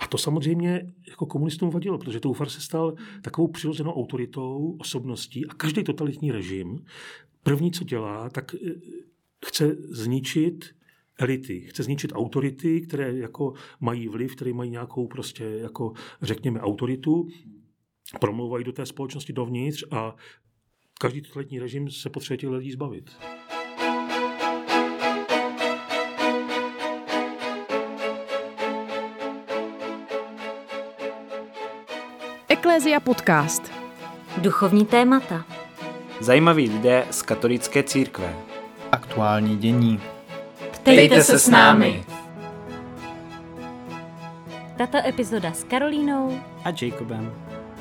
to samozřejmě jako komunistům vadilo, protože Toufar se stal takovou přirozenou autoritou, osobností a každý totalitní režim první, co dělá, tak chce zničit elity, chce zničit autority, které jako mají vliv, které mají nějakou prostě jako řekněme autoritu, promlouvají do té společnosti dovnitř a každý totalitní režim se potřebuje těch lidí zbavit. Eklézia podcast. Duchovní témata. Zajímaví lidé z katolické církve. Aktuální dění. Ptejte se s námi. Tato epizoda s Karolínou A Jacobem.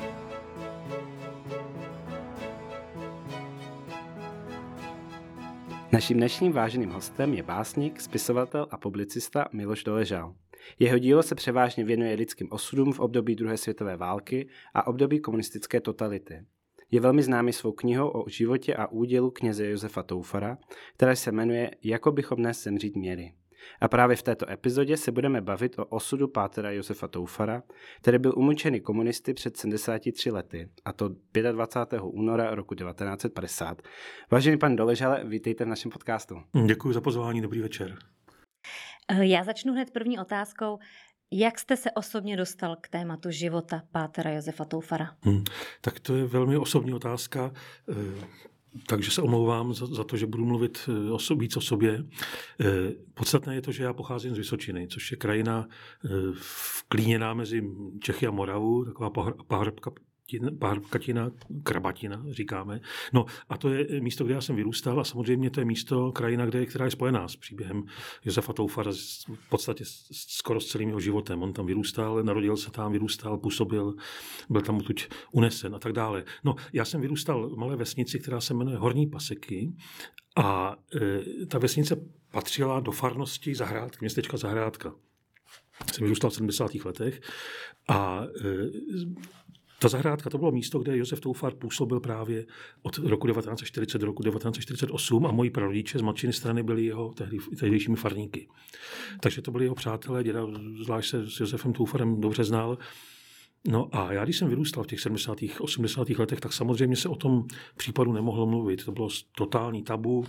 Naším dnešním váženým hostem je básník, spisovatel a publicista Miloš Doležal. Jeho dílo se převážně věnuje lidským osudům v období druhé světové války a období komunistické totality. Je velmi známý svou knihou o životě a údělu kněze Josefa Toufara, která se jmenuje Jako bychom dnes zemřít měli. A právě v této epizodě se budeme bavit o osudu pátera Josefa Toufara, který byl umučený komunisty před 73 lety, a to 25. února roku 1950. Vážený pan Doležale, vítejte v našem podcastu. Děkuji za pozvání, dobrý večer. Já začnu hned první otázkou. Jak jste se osobně dostal k tématu života pátera Josefa Toufara? Tak to je velmi osobní otázka, takže se omlouvám za to, že budu mluvit víc o sobě. Podstatné je to, že já pocházím z Vysočiny, což je krajina vklíněná mezi Čechy a Moravu, taková pahrbkatina, krabatina, říkáme. No a to je místo, kde já jsem vyrůstal a samozřejmě to je místo, krajina, která je spojená s příběhem Josefa Toufara v podstatě skoro s celým jeho životem. On tam vyrůstal, narodil se tam, vyrůstal, působil, byl tam odtud unesen a tak dále. No, já jsem vyrůstal v malé vesnici, která se jmenuje Horní Paseky a ta vesnice patřila do farnosti Zahrádky, městečka Zahrádka. Jsem vyrůstal v 70. letech a ta Zahrádka, to bylo místo, kde Josef Toufar působil právě od roku 1940 do roku 1948 a moji prarodiče z matčiny strany byli jeho tehdejšími farníky. Takže to byli jeho přátelé, děda zvlášť se s Josefem Toufarem dobře znal. No a já, když jsem vyrůstal v těch 70. 80. letech, tak samozřejmě se o tom případu nemohlo mluvit. To bylo totální tabu.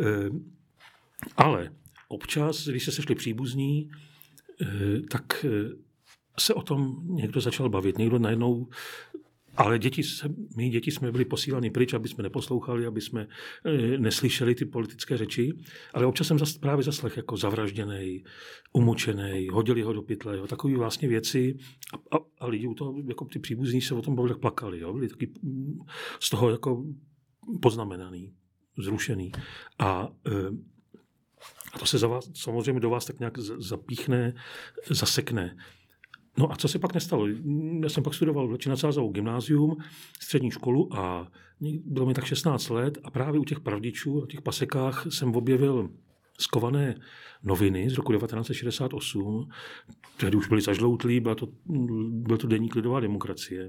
Ale občas, když se sešli příbuzní, tak se o tom někdo začal bavit, někdo najednou, ale my děti jsme byli posíláni pryč, aby jsme neposlouchali, aby jsme neslyšeli ty politické řeči, ale občas jsem právě zaslech jako zavražděnej, umučenej, hodili ho do pytle, jo, takové vlastně věci a lidi u toho, jako ty příbuzní se o tom bavili, tak plakali, jo, byli taky z toho jako poznamenaný, zrušený a to se samozřejmě do vás tak nějak zapíchne, zasekne. No a co se pak nestalo? Já jsem pak studoval v Činacsázovou gymnázium, střední školu a bylo mi tak 16 let a právě u těch pravdičů, na těch pasekách jsem objevil skované noviny z roku 1968. Tehdy už byly zažloutlý, byl to deník Lidová demokracie.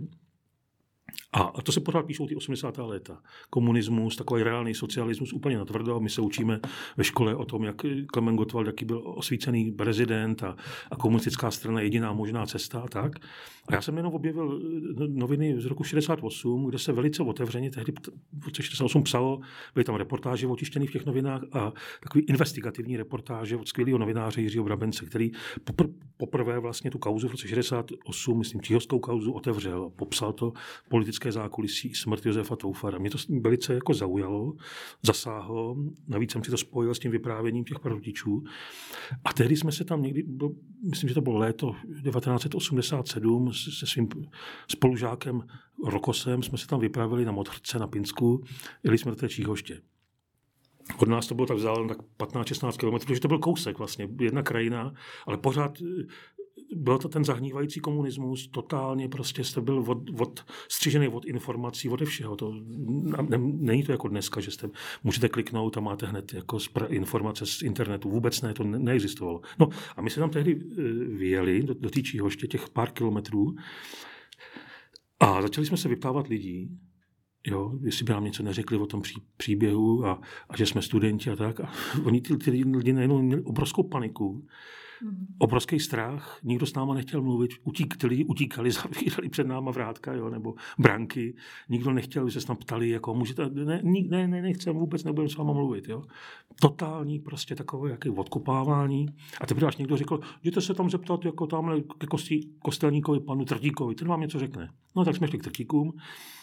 A to se pořád píšou ty 80. léta. Komunismus, takový reálný socialismus, úplně natvrdo. My se učíme ve škole o tom, jak Klement Gottwald, jaký byl osvícený prezident a komunistická strana jediná možná cesta a tak. A já jsem jenom objevil noviny z roku 68, kde se velice otevřeně tehdy v roce 68 psalo, byly tam reportáže otištěné v těch novinách a takový investigativní reportáže od skvělého novináře Jiřího Brabence, který poprvé vlastně tu kauzu v roce 68, myslím, číhovskou kauzu otevřel a popsal to politické zákulisí smrt Josefa Toufara. Mě to velice jako zaujalo, zasáhlo, navíc jsem si to spojil s tím vyprávěním těch prarodičů. A tehdy jsme se tam někdy, myslím, že to bylo léto 1987, se svým spolužákem Rokosem jsme se tam vypravili na Modrce na Pinsku, jeli jsme do té Číhoště. Od nás to bylo tak vzdálené tak 15-16 kilometrů, protože to byl kousek vlastně, jedna krajina, ale pořád byl to ten zahnívající komunismus, totálně prostě jste byl střižený od informací, ode všeho. Není to jako dneska, že můžete kliknout a máte hned jako informace z internetu. Vůbec ne, to neexistovalo. No a my jsme tam tehdy vyjeli do té Číhoště, těch pár kilometrů a začali jsme se vyptávat lidí, jo, jestli by nám něco neřekli o tom příběhu a že jsme studenti a tak. A oni ty lidi najednou měli obrovskou paniku, Obrovský strach, nikdo s náma nechtěl mluvit, utíkali, zavírali před náma vrátka, jo, nebo branky, nikdo nechtěl, že se tam ptali, jako můžete, nechcem vůbec, nebudeme s váma mluvit, jo. Totální prostě takové jaké odkopávání. A teprve až někdo řekl, jděte se tam zeptat, jako tamhle ke kostelníkovi, panu Trtíkovi, ten vám něco řekne. No tak jsme šli k Trtíkům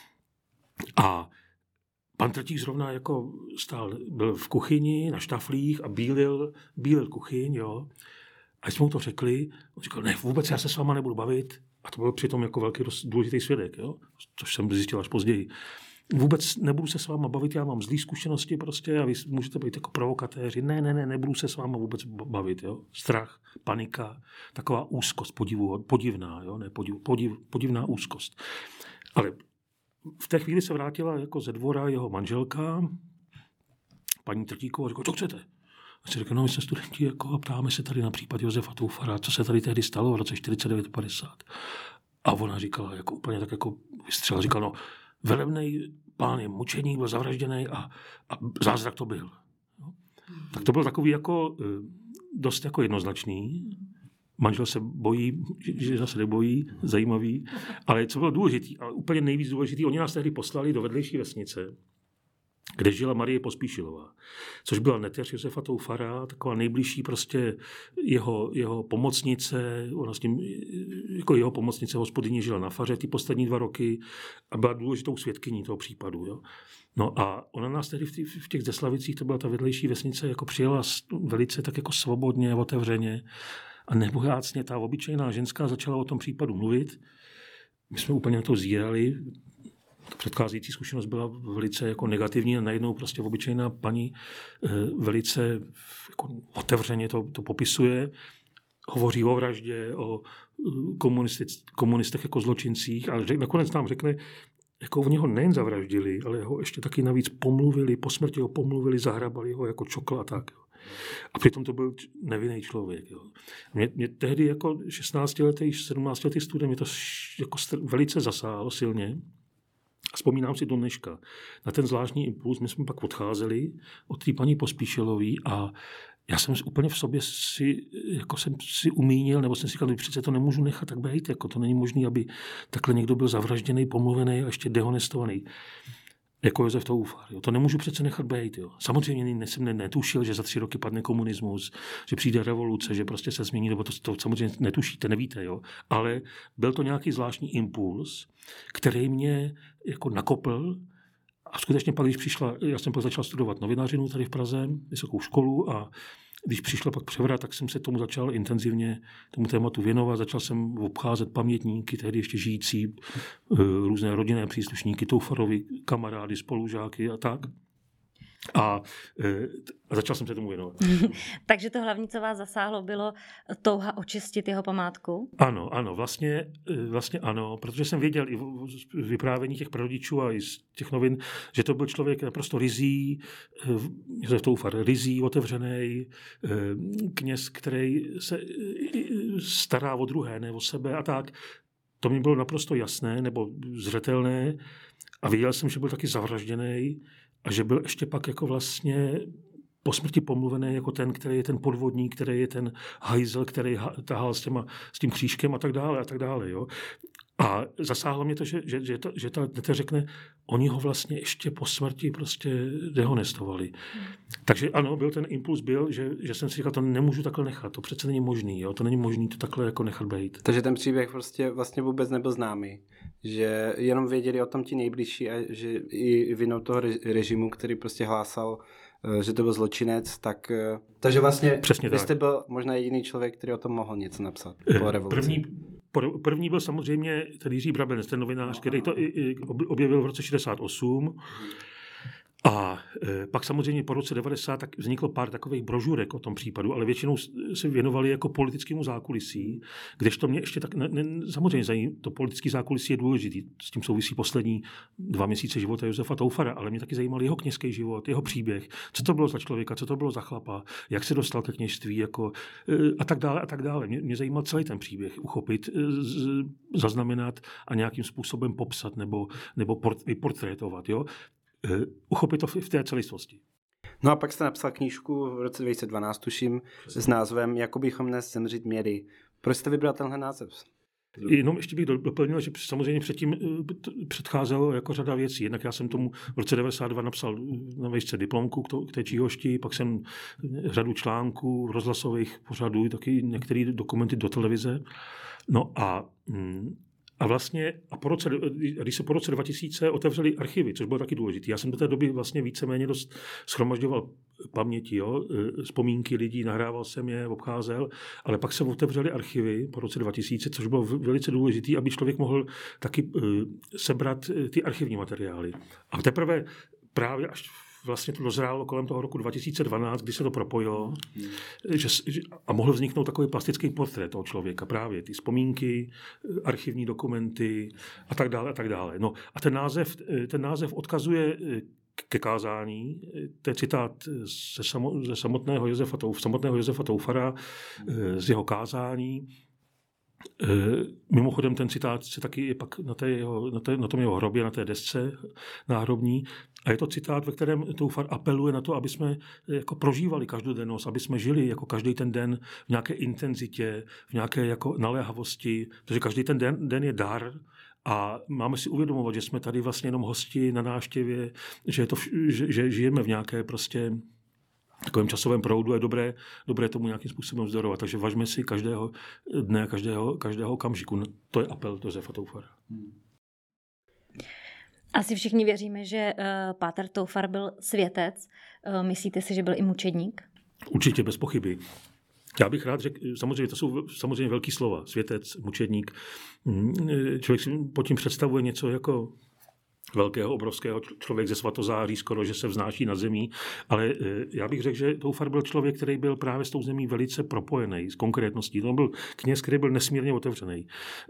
a pan Trtík zrovna jako byl v kuchyni na štaflích a bílil kuchyň, jo. A když jsme mu to řekli, on říkal, ne, vůbec já se s váma nebudu bavit. A to byl přitom jako velký důležitý svědek, jo? Což jsem zjistil až později. Vůbec nebudu se s váma bavit, já mám zlý zkušenosti prostě a vy můžete být jako provokatéři. Ne, nebudu se s váma vůbec bavit, jo? Strach, panika, taková úzkost, podivná, jo? Ne, podivná úzkost. Ale v té chvíli se vrátila jako ze dvora jeho manželka, paní Trtíková, a řekla, co chcete? A si řekl, no my jsme studenti jako, a ptáme se tady na případ Josefa Toufara, co se tady tehdy stalo v roce 49-50. A ona říkala, jako úplně tak jako vystřela, říkala, no velebnej pán je mučeník, byl zavražděný a zázrak to byl. No. Tak to byl takový jako dost jako jednoznačný. Manžel se bojí, že zase nebojí, zajímavý. Ale co bylo důležitý, ale úplně nejvíc důležitý, oni nás tehdy poslali do vedlejší vesnice, kde žila Marie Pospíšilová, což byla neteř Josefa Toufara, taková nejbližší prostě jeho pomocnice, ona s ním, jako jeho pomocnice hospodyně žila na faře ty poslední 2 roky a byla důležitou svědkyní toho případu. Jo. No a ona nás tedy v těch Zeslavicích, to byla ta vedlejší vesnice, jako přijela velice tak jako svobodně, otevřeně a nebojácně ta obyčejná ženská začala o tom případu mluvit. My jsme úplně na to zírali. Předcházející zkušenost byla velice jako negativní a najednou prostě obyčejná paní velice jako otevřeně to popisuje. Hovoří o vraždě, o komunistech jako zločincích, ale nakonec nám řekne, jako v něho nejen zavraždili, ale ho ještě taky navíc pomluvili, po smrti ho pomluvili, zahrabali ho jako čokl a tak. A přitom to byl nevinný člověk. Jo. Mě tehdy jako 16letý, 17letý student mě to jako velice zasáhlo silně. A vzpomínám si do dneška na ten zvláštní impuls. My jsme pak odcházeli od té paní Pospíšilové a já jsem úplně v sobě jsem si umínil, nebo jsem si říkal, že přece to nemůžu nechat tak být, jako to není možné, aby takhle někdo byl zavražděný, pomluvený a ještě dehonestovaný. Jako Josef Toufar. Jo. To nemůžu přece nechat být. Jo. Samozřejmě jsem netušil, že za 3 roky padne komunismus, že přijde revoluce, že prostě se změní, nebo to samozřejmě netušíte, nevíte. Jo. Ale byl to nějaký zvláštní impuls, který mě jako nakopl a skutečně pak, když já jsem pak začal studovat novinařinu tady v Praze, vysokou školu a když přišla pak převrat, tak jsem se tomu začal intenzivně tomu tématu věnovat. Začal jsem obcházet pamětníky, tehdy ještě žijící, různé rodinné příslušníky, Toufarovi, kamarády, spolužáky a tak. A začal jsem se tomu věnovat. Takže to hlavní, co vás zasáhlo, bylo touha očistit jeho památku? Ano, vlastně ano, protože jsem věděl i z vyprávění těch prarodičů a i z těch novin, že to byl člověk naprosto ryzí, Josef Toufar, ryzí, otevřený, kněz, který se stará o druhé, ne o sebe a tak. To mi bylo naprosto jasné nebo zřetelné a věděl jsem, že byl taky zavražděný a že byl ještě pak jako vlastně po smrti pomluvený jako ten, který je ten podvodník, který je ten hajzel, který tahal s tím křížkem a tak dále. Jo. A zasáhlo mě to, že ta řekne, oni ho vlastně ještě po smrti prostě dehonestovali. Takže ano, byl ten impuls, že jsem si říkal, to nemůžu takhle nechat, to přece není možný, jo? To není možný to takhle jako nechat být. Takže ten příběh vlastně vůbec nebyl známý, že jenom věděli o tom ti nejbližší a že i vinou toho režimu, který prostě hlásal, že to byl zločinec, tak... Takže vlastně přesně vy jste byl možná jediný člověk, který o tom mohl něco napsat po revoluci. První byl samozřejmě ten Jiří Brabenec, ten novinář, který to objevil v roce 68. A pak samozřejmě po roce 90 tak vzniklo pár takových brožurek o tom případu, ale většinou se věnovali jako politickému zákulisí, kdežto mě ještě tak, samozřejmě to politické zákulisí je důležitý, s tím souvisí poslední 2 měsíce života Josefa Toufara, ale mě taky zajímal jeho kněžský život, jeho příběh, co to bylo za člověka, co to bylo za chlapa, jak se dostal ke kněžství, jako, a tak dále. Mě zajímal celý ten příběh uchopit, zaznamenat a nějakým způsobem popsat nebo vyportrétovat, jo. Uchopit to v té celistvosti. No a pak jste napsal knížku v roce 2012, tuším, s názvem Jako bychom dnes zemřít měli. Proč jste vybral tenhle název? Jenom ještě bych doplnil, že samozřejmě předtím předcházelo jako řada věcí. Jednak já jsem tomu v roce 92 napsal na vejšce diplomku k té číhošti, pak jsem řadu článků, rozhlasových pořadů, taky některé dokumenty do televize. No a vlastně, když se po roce 2000 otevřely archivy, což bylo taky důležité, já jsem do té doby vlastně víceméně dost shromažďoval paměti, jo, vzpomínky lidí, nahrával jsem je, obcházel, ale pak se otevřely archivy po roce 2000, což bylo velice důležité, aby člověk mohl taky sebrat ty archivní materiály. A teprve právě až vlastně to dozrálo kolem toho roku 2012, kdy se to propojilo a mohl vzniknout takový plastický portrét toho člověka, právě ty vzpomínky, archivní dokumenty a tak dále a tak dále. No a ten název odkazuje ke kázání, to je citát ze samotného Josefa Toufara, z jeho kázání. Mimochodem ten citát se taky je pak na tom jeho hrobě, na té desce náhrobní. A je to citát, ve kterém Toufar apeluje na to, aby jsme jako prožívali každodennost, aby jsme žili jako každý ten den v nějaké intenzitě, v nějaké jako naléhavosti, protože každý ten den je dar a máme si uvědomovat, že jsme tady vlastně jenom hosti na návštěvě, že žijeme v nějaké prostě takovém časovém proudu, je dobré tomu nějakým způsobem vzdorovat. Takže važme si každého dne, každého okamžiku. To je apel Josefa Toufara. Asi všichni věříme, že páter Toufar byl světec. Myslíte si, že byl i mučedník? Určitě, bez pochyby. Já bych rád řekl, samozřejmě to jsou samozřejmě velký slova. Světec, mučedník. Člověk si pod tím představuje něco jako velkého, obrovského člověk ze svatozáří, skoro, že se vznáší nad zemí. Ale já bych řekl, že Toufar byl člověk, který byl právě s tou zemí velice propojený, s konkrétností. To byl kněz, který byl nesmírně otevřený.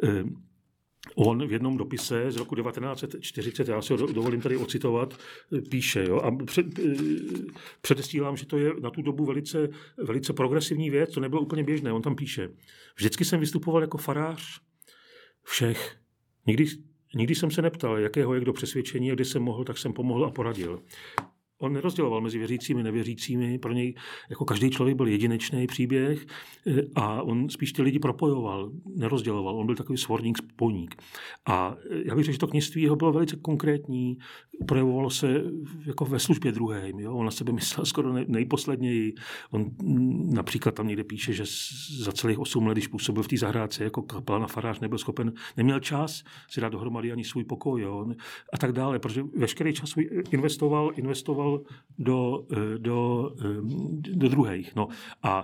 On v jednom dopise z roku 1940, já si ho dovolím tady ocitovat, píše, jo, a předestírám, že to je na tu dobu velice, velice progresivní věc, to nebylo úplně běžné. On tam píše: vždycky jsem vystupoval jako farář všech. Nikdy jsem se neptal, jakého je kdo přesvědčení, a kdy jsem mohl, tak jsem pomohl a poradil. On nerozděloval mezi věřícími a nevěřícími, pro něj jako každý člověk byl jedinečný příběh a on spíš ty lidi propojoval, nerozděloval, on byl takový svorník, spojník. A já bych řekl, že to kněžství jeho bylo velice konkrétní, projevovalo se jako ve službě druhým, jo? On na sebe myslel skoro nejposledněji. On například tam někde píše, že za celých 8 let, když působil v té zahrádce jako kapelán a farář, neměl čas si dát dohromady ani svůj pokoj, jo? A tak dále, protože veškerý čas investoval do druhých. No. A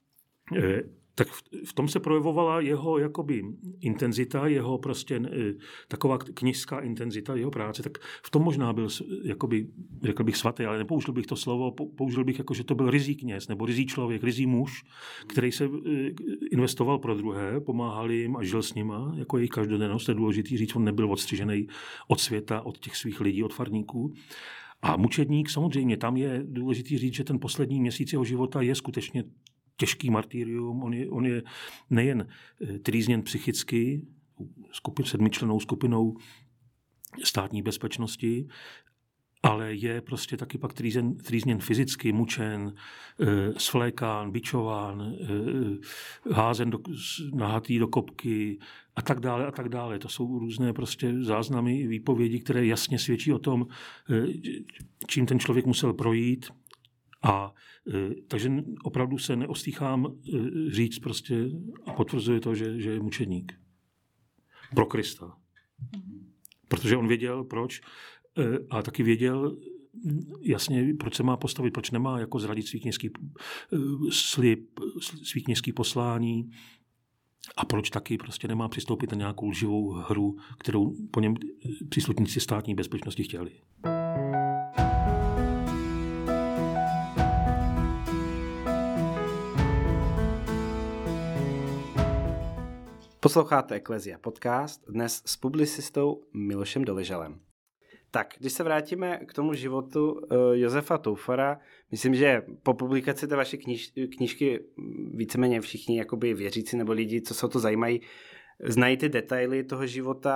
tak v tom se projevovala jeho jakoby intenzita, jeho prostě taková kněžská intenzita jeho práce, tak v tom možná byl jakoby, řekl bych svatý, ale nepoužil bych to slovo, použil bych jako, že to byl ryzí kněz, nebo ryzí člověk, ryzí muž, který se investoval pro druhé, pomáhal jim a žil s nima, jako jejich každodennost, to je důležitý říct, on nebyl odstřižený od světa, od těch svých lidí, od farníků. A mučedník, samozřejmě, tam je důležitý říct, že ten poslední měsíc jeho života je skutečně těžký martyrium. On je nejen trýzněn psychicky, 7člennou skupinou státní bezpečnosti, ale je prostě taky pak trýzněn fyzicky, mučen, svlékán, bičován, házen nahatý do kopky a tak dále a tak dále. To jsou různé prostě záznamy, výpovědi, které jasně svědčí o tom, čím ten člověk musel projít. A takže opravdu se neostýchám říct prostě a potvrzuje to, že je mučedník. Pro Krista. Protože on věděl, proč, a taky věděl jasně, proč se má postavit, proč nemá jako zradit svý kněžský slib, svý kněžský poslání a proč taky prostě nemá přistoupit na nějakou lživou hru, kterou po něm příslušníci státní bezpečnosti chtěli. Posloucháte Ecclesia podcast, dnes s publicistou Milošem Doležalem. Tak, když se vrátíme k tomu životu Josefa Toufara, myslím, že po publikaci té vaší knížky víceméně všichni jakoby věřící nebo lidi, co se o to zajímají, znají ty detaily toho života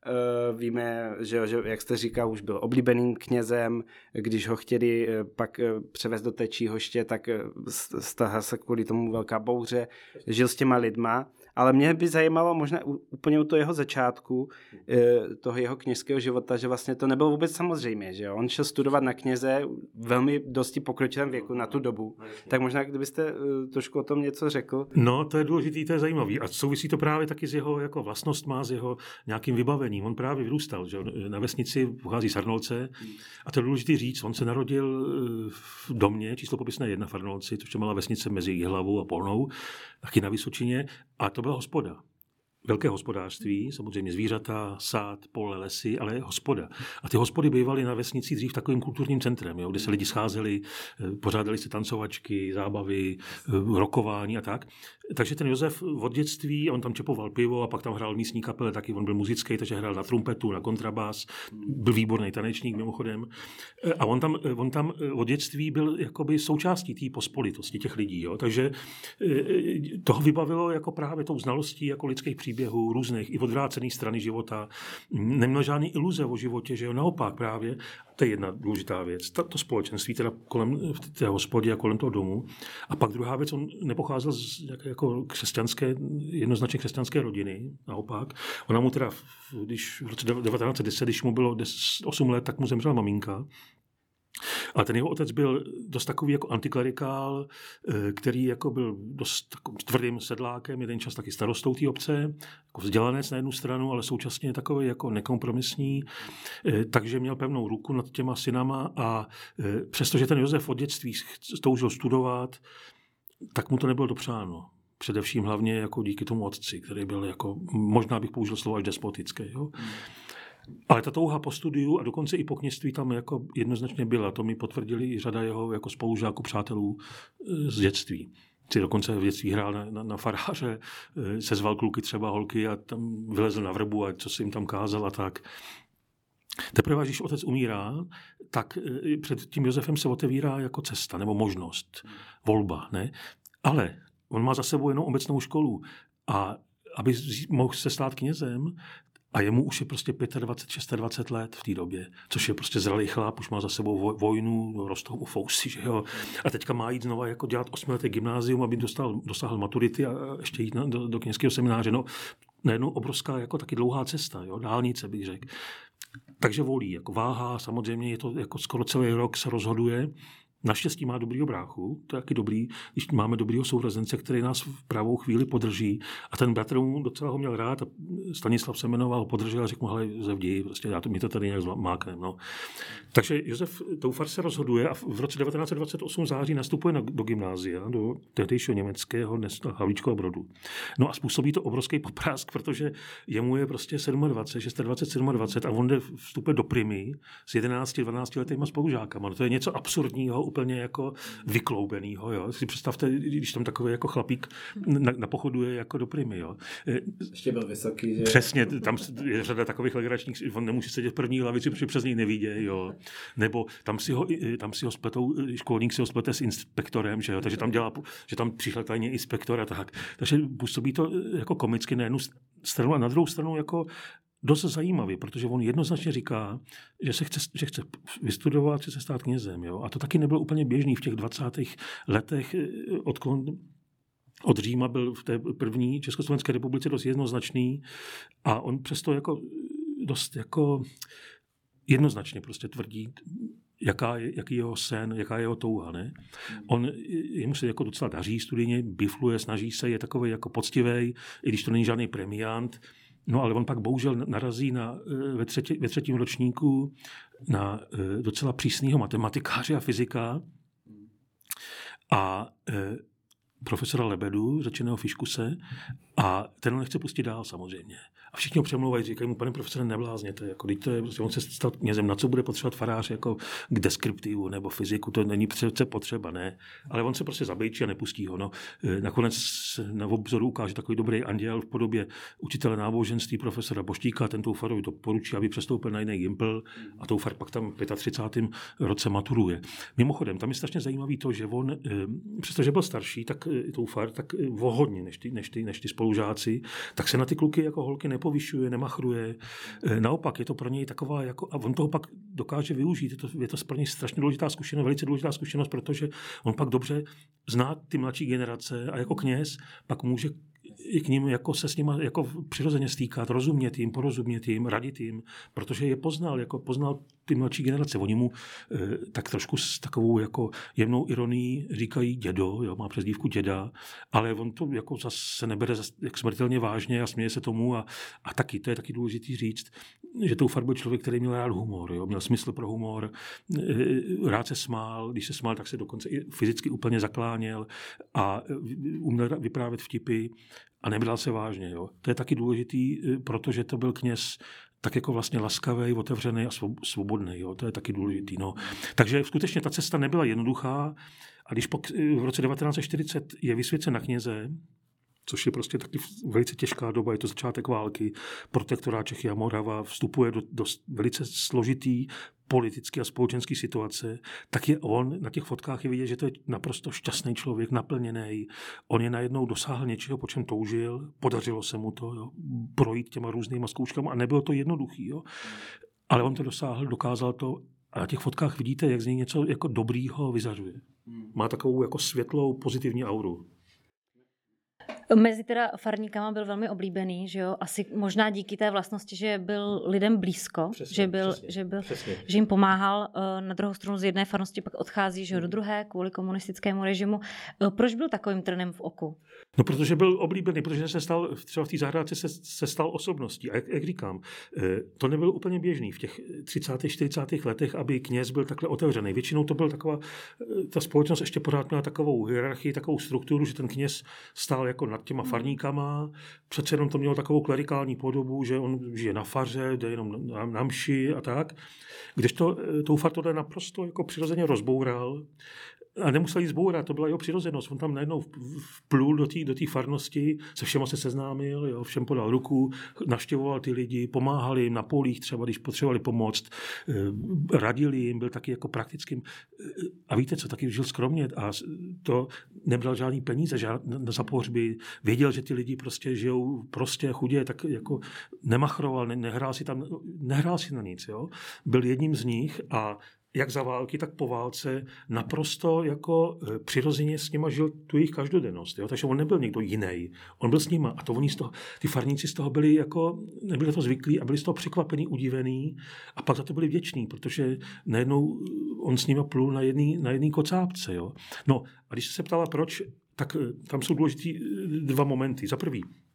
Víme, že jak jste říkal, už byl oblíbeným knězem, když ho chtěli pak převést do té Číhoště, tak stala se kvůli tomu velká bouře, žil s těma lidma, ale mě by zajímalo možná úplně u toho jeho začátku, toho jeho kněžského života, že vlastně to nebylo vůbec samozřejmé, že jo? On šel studovat na kněze velmi dosti pokročilém věku na tu dobu, tak možná kdybyste trošku o tom něco řekl. No, to je důležitý, to je zajímavý a souvisí to právě taky s jeho jako vlastnostma, s jeho nějakým vybavením. On právě vyrůstal, že na vesnici, pochází z Arnolce a to je důležitý říct, on se narodil v domě, číslo popisné 1 v Arnolci, což je malá vesnice mezi Jihlavou a Polnou, taky na Vysočině, a to byla hospoda. Velké hospodářství, samozřejmě zvířata, sád, pole, lesy, ale hospoda. A ty hospody bývaly na vesnici dřív takovým kulturním centrem, jo, kde se lidi scházeli, pořádali se tancovačky, zábavy, rokování a tak. Takže ten Josef od dětství, on tam čepoval pivo a pak tam hrál místní kapele, taky on byl muzický, takže hrál na trumpetu, na kontrabás, byl výborný tanečník mimochodem. A on tam od dětství byl jakoby součástí té pospolitosti těch lidí. Jo. Takže toho vybavilo jako právě tou znalostí jako lidských příběhů, různých i odvrácených strany života. Neměl žádný iluze o životě, že jo, naopak právě. To je jedna důležitá věc. To společenství teda kolem té hospody a kolem toho domu. A pak druhá věc, on nepocházel z jako křesťanské, jednoznačně křesťanské rodiny, naopak. Ona mu teda, když v roce 1910, když mu bylo 8 let, tak mu zemřela maminka. A ten jeho otec byl dost takový jako antiklerikál, který jako byl dost tvrdým sedlákem, jeden čas taky starostou té obce, jako vzdělanec na jednu stranu, ale současně takový jako nekompromisní, takže měl pevnou ruku nad těma synama a přestože ten Josef od dětství toužil studovat, tak mu to nebylo dopřáno. Především hlavně jako díky tomu otci, který byl jako, možná bych použil slovo až despotický, jo. Ale ta touha po studiu a dokonce i po kněžství tam jako jednoznačně byla. To mi potvrdili i řada jeho jako spolužáků, přátelů z dětství. Si dokonce v dětství hrál na faráře, sezval kluky třeba holky a tam vylezl na vrbu a co si jim tam kázal a tak. Teprve, když otec umírá, tak před tím Josefem se otevírá jako cesta nebo možnost, volba, ne? Ale on má za sebou jenom obecnou školu a aby mohl se stát knězem, a jemu už je prostě 25, 26 let v té době, což je prostě zralý chlap, už má za sebou vojnu, rostou mu fousy, že jo. A teďka má jít znova jako dělat 8leté gymnázium, aby dosáhl maturity a ještě jít do kněžského semináře. No, najednou obrovská jako taky dlouhá cesta, jo, dálnice bych řekl. Takže volí, jako váhá, samozřejmě je to jako skoro celý rok se rozhoduje. Naštěstí má dobrýho bráchu, to je taky dobrý, když máme dobrýho sourozence, který nás v pravou chvíli podrží. A ten bratr mu docela ho měl rád a Stanislav se jmenoval, ho podržel a řekl mu, hele, Josef, jdi, prostě my to tady nějak mákneme. No. Takže Josef Toufar se rozhoduje a v roce 1928 září nastupuje do gymnázia, do tehdejšího německého Havlíčkova Brodu. No a způsobí to obrovský poprask, protože jemu je prostě 27, 26, 27 a on vstupuje do primy s 11-12 letýma spolužákama. No to je něco absurdního, úplně jako vykloubenýho, jo. Si představte, když tam takový jako chlapík na pochodu je jako do primy, jo. Ještě byl vysoký, že? Přesně, tam je řada takových legračních, on nemusí sedět v první lavici, protože přes něj nevidějí, jo. Nebo tam si ho spletou, školník si ho splete s inspektorem, že jo, takže tam dělá, že tam přišel tajně inspektor a tak. Takže působí to jako komicky na jednu stranu a na druhou stranu jako dost zajímavý, protože on jednoznačně říká, že chce vystudovat, chce se stát knězem. Jo? A to taky nebylo úplně běžný v těch 20. letech. Od Říma byl v té první Československé republice dost jednoznačný a on přesto jako dost jako jednoznačně prostě tvrdí, jaký jeho sen, jaká je jeho touha. Ne? Jemu se jako docela daří studijně, bifluje, snaží se, je takovej jako poctivej, i když to není žádný premiant. No ale on pak bohužel narazí ve třetím ročníku na docela přísného matematikáře a fyzika a profesora Lebedu, řečeného Fiškuse, a ten ho nechce pustit dál samozřejmě. A všichni ho přemlouvají, říkají mu, pane profesore, neblázněte, jako, to je, prostě, on se stal knězem, na co bude potřebovat farář jako k deskriptivu nebo fyziku, to není přece potřeba, ne. Ale on se prostě zabejčí a nepustí ho. No. Nakonec na obzoru ukáže takový dobrý anděl v podobě učitele náboženství profesora Boštíka, ten Toufarovi doporučí, aby přestoupil na jiný gimpl a Toufar pak tam v 35. roce maturuje. Mimochodem, tam je strašně zajímavý to, že on, přestože byl starší, tak Toufar, tak vohodně než ty spolužáci, tak se na ty kluky jako holky nepovyšuje, nemachruje. Naopak je to pro něj taková, jako, a on toho pak dokáže využít. Je to pro něj strašně důležitá zkušenost, velice důležitá zkušenost, protože on pak dobře zná ty mladší generace a jako kněz pak může i k ním jako se s nimi jako přirozeně stýkat, porozumět jim, radit jim, protože je poznal ty mladší generace. Oni mu tak trošku s takovou jako jemnou ironií říkají dědo, jo, má přezdívku děda, ale on to jako zase nebere jak smrtelně vážně a směje se tomu a taky, to je taky důležitý říct, že Toufar byl člověk, který měl rád humor, jo, měl smysl pro humor, rád se smál, když se smál, tak se dokonce i fyzicky úplně zakláněl a uměl vyprávět vtipy a nebral se vážně. Jo. To je taky důležitý, protože to byl kněz tak jako vlastně laskavý, otevřený a svobodný. Jo. To je taky důležitý. No. Takže skutečně ta cesta nebyla jednoduchá a když v roce 1940 je vysvěcen na kněze, což je prostě taky velice těžká doba, je to začátek války, protektorát Čechy a Morava vstupuje do velice složitý politický a společenský situace, tak je on, na těch fotkách je vidět, že to je naprosto šťastný člověk, naplněný. On je najednou dosáhl něčeho, po čem toužil, podařilo se mu to, jo, projít těma různýma zkouškami a nebylo to jednoduchý. Jo. Ale on to dosáhl, dokázal to a na těch fotkách vidíte, jak z něj něco jako dobrýho vyzařuje. Má takovou jako světlou, pozitivní auru. Mezi teda farníkama byl velmi oblíbený, že jo? Asi možná díky té vlastnosti, že byl lidem blízko, přesně, že jim pomáhal. Na druhou stranu z jedné farnosti pak odchází, že jo, do druhé kvůli komunistickému režimu. Proč byl takovým trnem v oku? No, protože byl oblíbený, protože se stal, třeba v té zahrádce se stal osobností. A jak říkám, to nebylo úplně běžný v těch 30. 40. letech, aby kněz byl takhle otevřený. Většinou to byl taková, ta společnost ještě pořád měla takovou hierarchii, takovou strukturu, že ten kněz stál jako nad těma farníkama. Přece jenom to mělo takovou klerikální podobu, že on žije na faře, jde jenom na mši a tak. Kdežto Toufar tohle naprosto jako přirozeně rozboural. A nemusel jít zbourat, to byla jeho přirozenost. On tam najednou vplul do té farnosti, se všema se seznámil, jo, všem podal ruku, navštěvoval ty lidi, pomáhal jim na polích třeba, když potřebovali pomoct, radil jim, byl taky jako praktickým. A víte co, taky žil skromně a to nebral žádný peníze za pohřby. Věděl, že ty lidi prostě žijou prostě chudě, tak jako nemachroval, nehrál si na nic. Jo. Byl jedním z nich a jak za války, tak po válce naprosto jako přirozeně s nima žil tu jejich každodennost. Jo? Takže on nebyl někdo jiný. On byl s nima a to oni ty farníci z toho byli jako, nebyli to zvyklí a byli z toho překvapení, udivený a pak za to byli vděční, protože najednou on s nima plul na jedný kocápce. Jo? No a když se ptala proč, tak tam jsou důležitý dva momenty. Za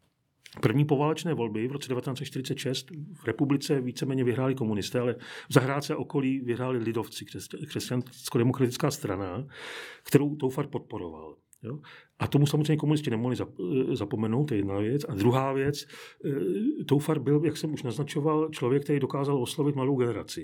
první poválečné volby v roce 1946 v republice víceméně vyhráli komunisté, ale v zahrádce okolí vyhráli lidovci, křesťansko-demokratická strana, kterou Toufar podporoval. Jo? A tomu samozřejmě komunisti nemohli zapomenout, to je jedna věc. A druhá věc, Toufar byl, jak jsem už naznačoval, člověk, který dokázal oslovit malou generaci.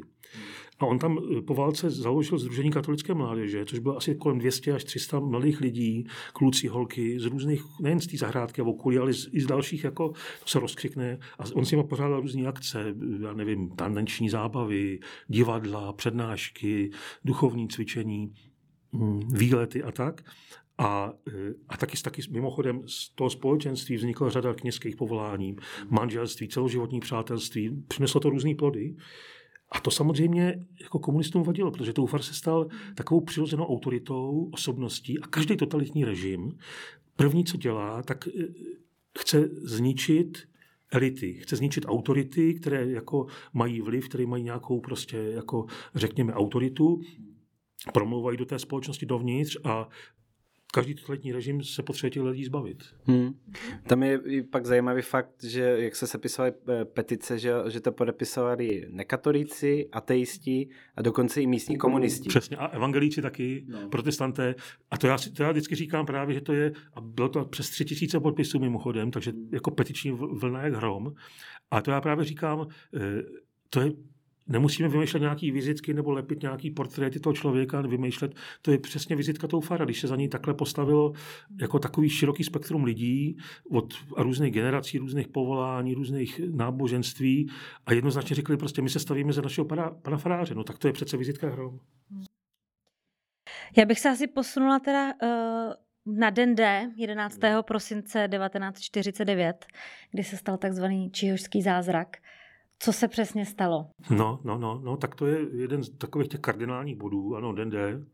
A on tam po válce založil Sdružení katolické mládeže, což bylo asi kolem 200 až 300 mladých lidí, kluci, holky, z různých, nejen z té zahrádky a okolí, ale i z dalších, jako to se rozkřikne. A on si pořádal různé akce, já nevím, taneční zábavy, divadla, přednášky, duchovní cvičení, výlety a tak. A taky mimochodem z toho společenství vznikla řada kněžských povolání, manželství, celoživotní přátelství, přineslo to různý plody. A to samozřejmě jako komunistům vadilo, protože Toufar se stal takovou přirozenou autoritou, osobností a každý totalitní režim první, co dělá, tak chce zničit elity, chce zničit autority, které jako mají vliv, které mají nějakou prostě jako řekněme autoritu, promlouvají do té společnosti dovnitř a každý totalitní režim se potřebuje těch lidí zbavit. Tam je pak zajímavý fakt, že jak se sepisovaly petice, že to podepisovali nekatolíci, ateisti a dokonce i místní komunisti. Přesně, a evangelíci taky, protestanté. A to já vždycky říkám právě, že to je, a bylo to přes 3000 podpisů mimochodem, takže jako petiční vlna jak hrom. A to já právě říkám, to je nemusíme vymýšlet nějaký vizitky nebo lepit nějaký portréty toho člověka, vymýšlet. To je přesně vizitka Toufara, když se za ní takhle postavilo jako takový široký spektrum lidí od různých generací, různých povolání, různých náboženství a jednoznačně řekli prostě, my se stavíme za našeho pana faráře. No tak to je přece vizitka hrom. Já bych se asi posunula teda na den D, 11. prosince 1949, kdy se stal takzvaný číhožský zázrak. Co se přesně stalo? No, tak to je jeden z takových těch kardinálních bodů, ano, den D.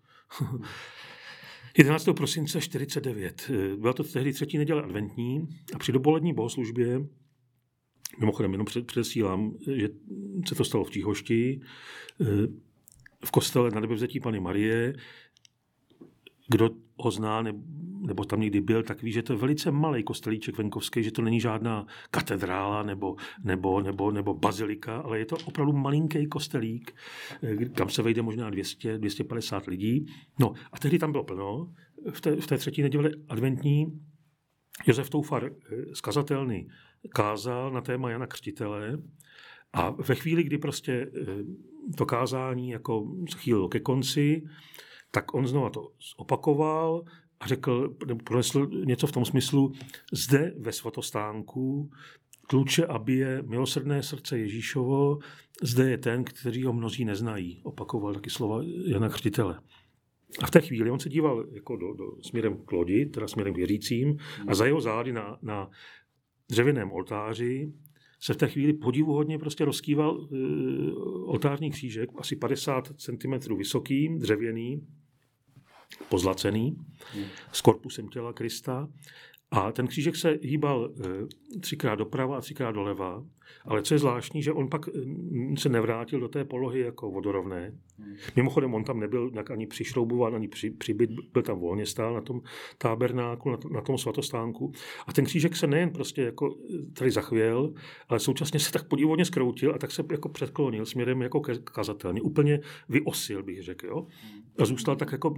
11. prosince 49. Byla to tehdy 3. neděle adventní a při dopolední bohoslužbě, mimochodem jenom předesílám, že se to stalo v Číhošti, v kostele na Nebevzetí Panny Marie. Kdo ho zná nebo tam někdy byl, tak ví, že to je velice malý kostelíček venkovský, že to není žádná katedrála nebo bazilika, ale je to opravdu malinký kostelík, kam se vejde možná 250 lidí. No a tehdy tam bylo plno. V té 3. neděli adventní Josef Toufar z kazatelny kázal na téma Jana Křtitele a ve chvíli, kdy prostě to kázání jako se chýlilo ke konci, tak on znova to opakoval a řekl, nebo pronesl něco v tom smyslu, zde ve svatostánku tluče a bije milosrdné srdce Ježíšovo, zde je ten, který ho mnozí neznají. Opakoval taky slova Jana Křtitele. A v té chvíli on se díval jako směrem k lodi, teda směrem k věřícím, a za jeho zády na dřevěném oltáři se v té chvíli podivuhodně prostě rozkýval oltářní křížek, asi 50 cm vysoký, dřevěný, pozlacený, s korpusem těla Krista. A ten křížek se hýbal 3krát doprava a 3krát doleva. Ale co je zvláštní, že on pak se nevrátil do té polohy jako vodorovné. Mimochodem, on tam nebyl ani přišroubován, ani přibyt, byl tam volně stál na tom tábernáku, na tom svatostánku. A ten křížek se nejen prostě jako tady zachvěl, ale současně se tak podivuhodně zkroutil a tak se jako předklonil směrem jako kazatelně. Úplně vyosil, bych řekl. Jo? A zůstal tak jako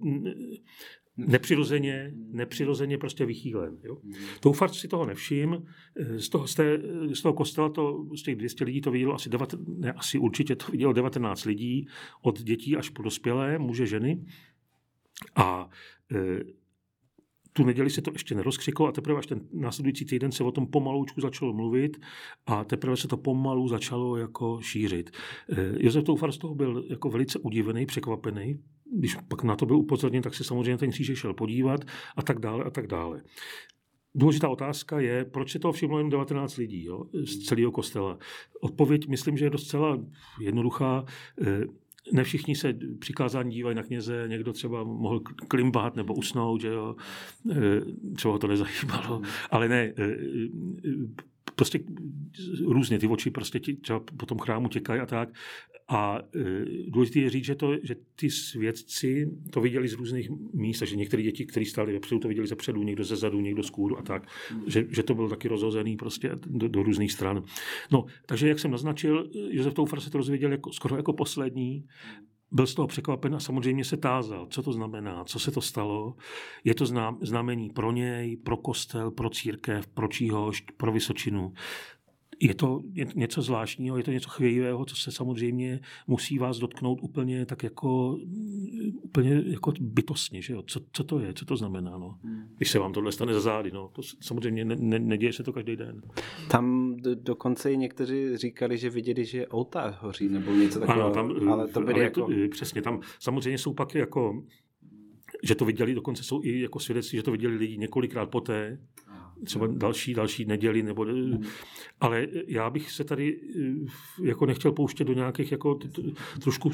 nepřirozeně prostě vychýlen. Jo? Toufar si toho nevšiml. Z toho kostela z těch 200 lidí to vidělo určitě to vidělo 19 lidí, od dětí až po dospělé, muže, ženy. A tu neděli se to ještě nerozkřiklo a teprve až ten následující týden se o tom pomaloučku začalo mluvit a teprve se to pomalu začalo jako šířit. Josef Toufar z toho byl jako velice udivený, překvapený. Když pak na to byl upozorněn, tak se samozřejmě ten křížek šel podívat a tak dále a tak dále. Důležitá otázka je, proč se toho všimlo jen 19 lidí, jo, z celého kostela. Odpověď myslím, že je docela jednoduchá. Ne všichni se při kázání dívají na kněze, někdo třeba mohl klimbat nebo usnout, že jo, třeba ho to nezajímalo, ale ne, prostě různě ty oči prostě třeba po tom chrámu těkají a tak. A důležité je říct, že ty svědci to viděli z různých míst, že některé děti, které stály vepředu, to viděli zepředu, někdo ze zadu, někdo z kůru a tak. Že to bylo taky rozhozený prostě do různých stran. No, takže jak jsem naznačil, Josef Toufar se to dozvěděl skoro jako poslední. Byl z toho překvapen a samozřejmě se tázal, co to znamená, co se to stalo. Je to znamení pro něj, pro kostel, pro církev, pro Číhošť, pro Vysočinu. Je to něco zvláštního, je to něco chvějivého, co se samozřejmě musí vás dotknout úplně tak jako bytostně, že jo? Co to je, co to znamená, no? Když se vám tohle stane za zády, no? To samozřejmě neděje se to každý den. Tam dokonce i někteří říkali, že viděli, že oltář hoří, nebo něco takového, ale to byly jako... Přesně, tam samozřejmě jsou pak jako, že to viděli, dokonce jsou i jako svědectví, že to viděli lidi několikrát poté, třeba další neděli, nebo... Ale já bych se tady jako nechtěl pouštět do nějakých jako trošku,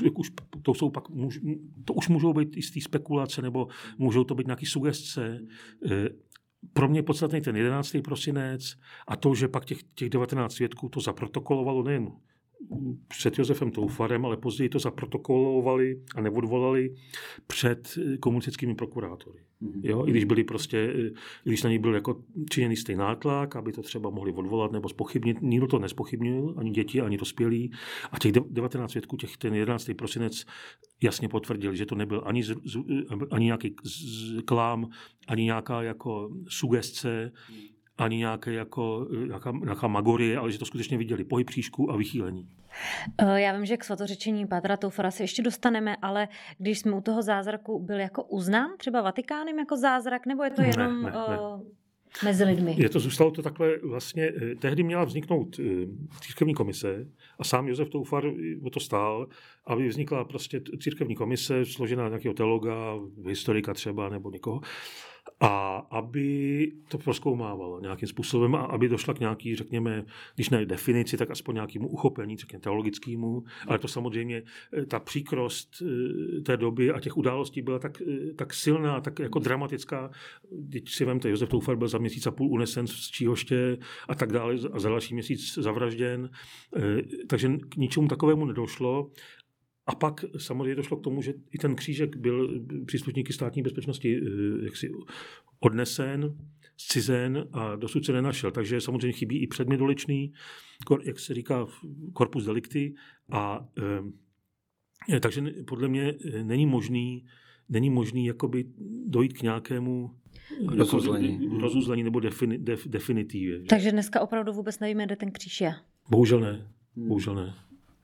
to už můžou být jistý spekulace, nebo můžou to být nějaký sugestce. Pro mě podstatný ten 11. prosinec a to, že pak těch 19 svědků to zaprotokolovalo nejen před Josefem Toufarem, ale později to zaprotokolovali a neodvolali před komunistickými prokurátory. Jo? I když na něj byl jako činěný stejný nátlak, aby to třeba mohli odvolat nebo zpochybnit. Nikdo to nespochybnil, ani děti, ani dospělí. A těch 19 svědků, ten 11. prosinec jasně potvrdil, že to nebyl ani nějaký klám, ani nějaká jako sugestce, ani nějaká magorie, ale že to skutečně viděli pohyb křížku a vychýlení. Já vím, že k svatořečení Pátra Toufara se ještě dostaneme, ale když jsme u toho zázraku, byl jako uznán třeba Vatikánem jako zázrak, nebo je to jenom ne. Mezi lidmi? Zůstalo to takhle vlastně, tehdy měla vzniknout církevní komise a sám Josef Toufar o to stál, aby vznikla prostě církevní komise složená nějakého teologa, historika třeba nebo někoho. a aby to prozkoumávalo nějakým způsobem a aby došla k nějaký, řekněme, když ne definici, tak aspoň nějakému uchopení, řekněme teologickému, ale to samozřejmě ta příkrost té doby a těch událostí byla tak silná, tak jako dramatická. Když si vemte, Josef Toufar byl za měsíc a půl unesen z Číhoště a tak dále a za další měsíc zavražděn, takže k ničemu takovému nedošlo. A pak samozřejmě došlo k tomu, že i ten křížek byl příslušníky státní bezpečnosti jaksi odnesen, zcizen a dosud se nenašel. Takže samozřejmě chybí i předmět doličný, jak se říká, corpus delicti. A takže podle mě není možný jakoby dojít k nějakému rozuzlení nebo definitivě. Takže dneska opravdu vůbec nevíme, kde ten kříž je. Bohužel ne.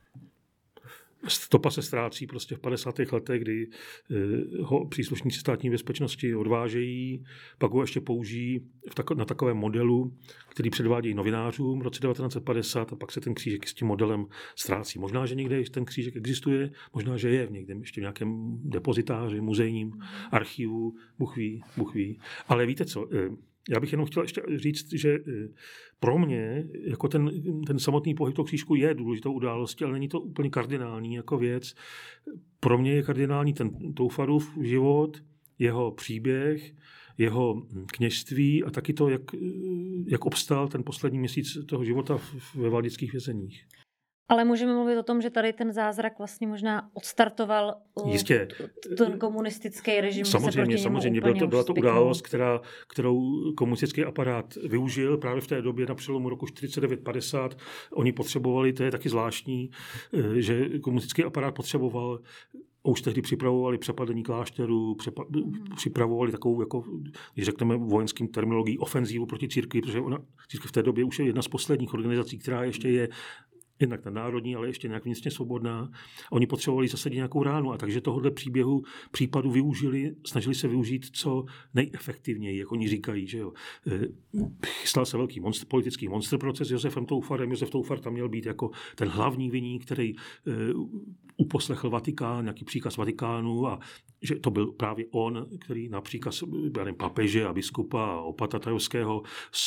Stopa se ztrácí prostě v 50. letech, kdy ho příslušníci státní bezpečnosti odvážejí, pak ho ještě použijí na takovém modelu, který předvádějí novinářům v roce 1950 a pak se ten křížek s tím modelem ztrácí. Možná, že někde ten křížek existuje, možná, že je někde ještě v nějakém depozitáři, muzejním archivu, Bůh ví. Ale víte co, já bych jenom chtěl ještě říct, že pro mě jako ten samotný pohyb toho křížku je důležitou událostí, ale není to úplně kardinální jako věc. Pro mě je kardinální ten Toufarův život, jeho příběh, jeho kněžství a taky to, jak obstál ten poslední měsíc toho života ve valdických vězeních. Ale můžeme mluvit o tom, že tady ten zázrak vlastně možná odstartoval ten komunistický režim. Samozřejmě byla to událost, kterou komunistický aparát využil právě v té době na přelomu roku 49-50. Oni potřebovali, to je taky zvláštní, že komunistický aparát potřeboval, už tehdy připravovali přepadení klášterů, připravovali takovou, jako, když řekneme vojenským terminologií, ofenzívu proti církvi, protože církev v té době už je jedna z posledních organizací, která ještě je jednak ta národní, ale ještě nějak vnitřně svobodná. Oni potřebovali zasadit nějakou ránu a takže tohohle případu snažili se využít co nejefektivněji, jak oni říkají, že jo. Chystal se velký politický monster proces s Josefem Toufarem. Josef Toufar tam měl být jako ten hlavní viník, který uposlechl Vatikán, nějaký příkaz Vatikánu a že to byl právě on, který na příkaz papeže a biskupa a opata Tajovského